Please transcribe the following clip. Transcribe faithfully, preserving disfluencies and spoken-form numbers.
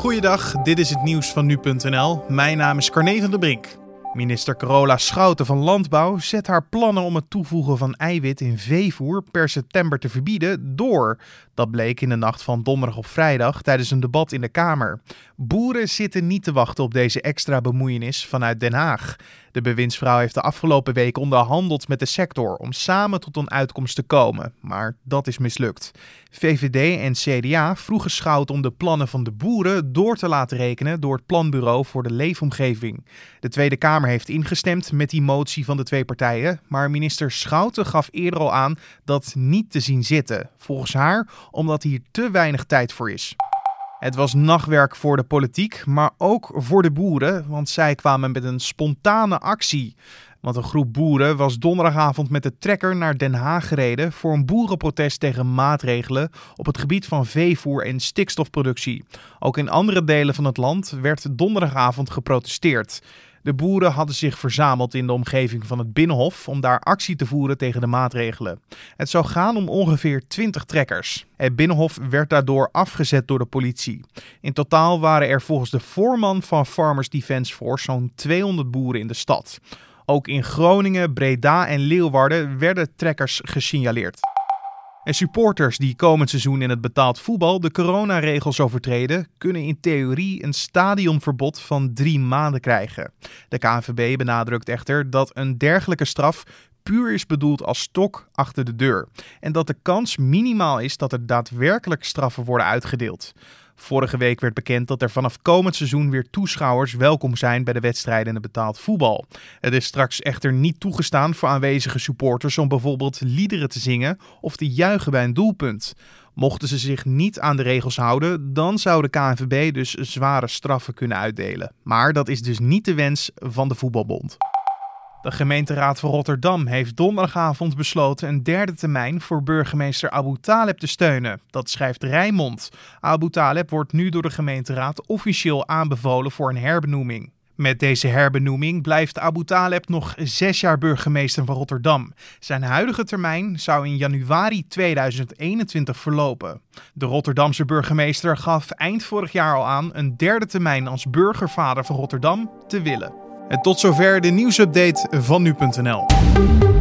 Goeiedag, dit is het nieuws van nu punt n l. Mijn naam is Carne van der Brink. Minister Carola Schouten van Landbouw zet haar plannen om het toevoegen van eiwit in veevoer per september te verbieden door. Dat bleek in de nacht van donderdag op vrijdag tijdens een debat in de Kamer. Boeren zitten niet te wachten op deze extra bemoeienis vanuit Den Haag. De bewindsvrouw heeft de afgelopen week onderhandeld met de sector om samen tot een uitkomst te komen, maar dat is mislukt. V V D en C D A vroegen Schouten om de plannen van de boeren door te laten rekenen door het Planbureau voor de Leefomgeving. De Tweede Kamer heeft ingestemd met die motie van de twee partijen, maar minister Schouten gaf eerder al aan dat niet te zien zitten. Volgens haar omdat hier te weinig tijd voor is. Het was nachtwerk voor de politiek, maar ook voor de boeren, want zij kwamen met een spontane actie. Want een groep boeren was donderdagavond met de trekker naar Den Haag gereden voor een boerenprotest tegen maatregelen op het gebied van veevoer en stikstofproductie. Ook in andere delen van het land werd donderdagavond geprotesteerd. De boeren hadden zich verzameld in de omgeving van het Binnenhof om daar actie te voeren tegen de maatregelen. Het zou gaan om ongeveer twintig trekkers. Het Binnenhof werd daardoor afgezet door de politie. In totaal waren er volgens de voorman van Farmers Defence Force zo'n tweehonderd boeren in de stad. Ook in Groningen, Breda en Leeuwarden werden trekkers gesignaleerd. En supporters die komend seizoen in het betaald voetbal de coronaregels overtreden, kunnen in theorie een stadionverbod van drie maanden krijgen. De K N V B benadrukt echter dat een dergelijke straf puur is bedoeld als stok achter de deur. En dat de kans minimaal is dat er daadwerkelijk straffen worden uitgedeeld. Vorige week werd bekend dat er vanaf komend seizoen weer toeschouwers welkom zijn bij de wedstrijden in het betaald voetbal. Het is straks echter niet toegestaan voor aanwezige supporters om bijvoorbeeld liederen te zingen of te juichen bij een doelpunt. Mochten ze zich niet aan de regels houden, dan zou de K N V B dus zware straffen kunnen uitdelen. Maar dat is dus niet de wens van de voetbalbond. De gemeenteraad van Rotterdam heeft donderdagavond besloten een derde termijn voor burgemeester Abu Taleb te steunen. Dat schrijft Rijnmond. Abu Taleb wordt nu door de gemeenteraad officieel aanbevolen voor een herbenoeming. Met deze herbenoeming blijft Abu Taleb nog zes jaar burgemeester van Rotterdam. Zijn huidige termijn zou in januari tweeduizend eenentwintig verlopen. De Rotterdamse burgemeester gaf eind vorig jaar al aan een derde termijn als burgervader van Rotterdam te willen. En tot zover de nieuwsupdate van nu punt n l.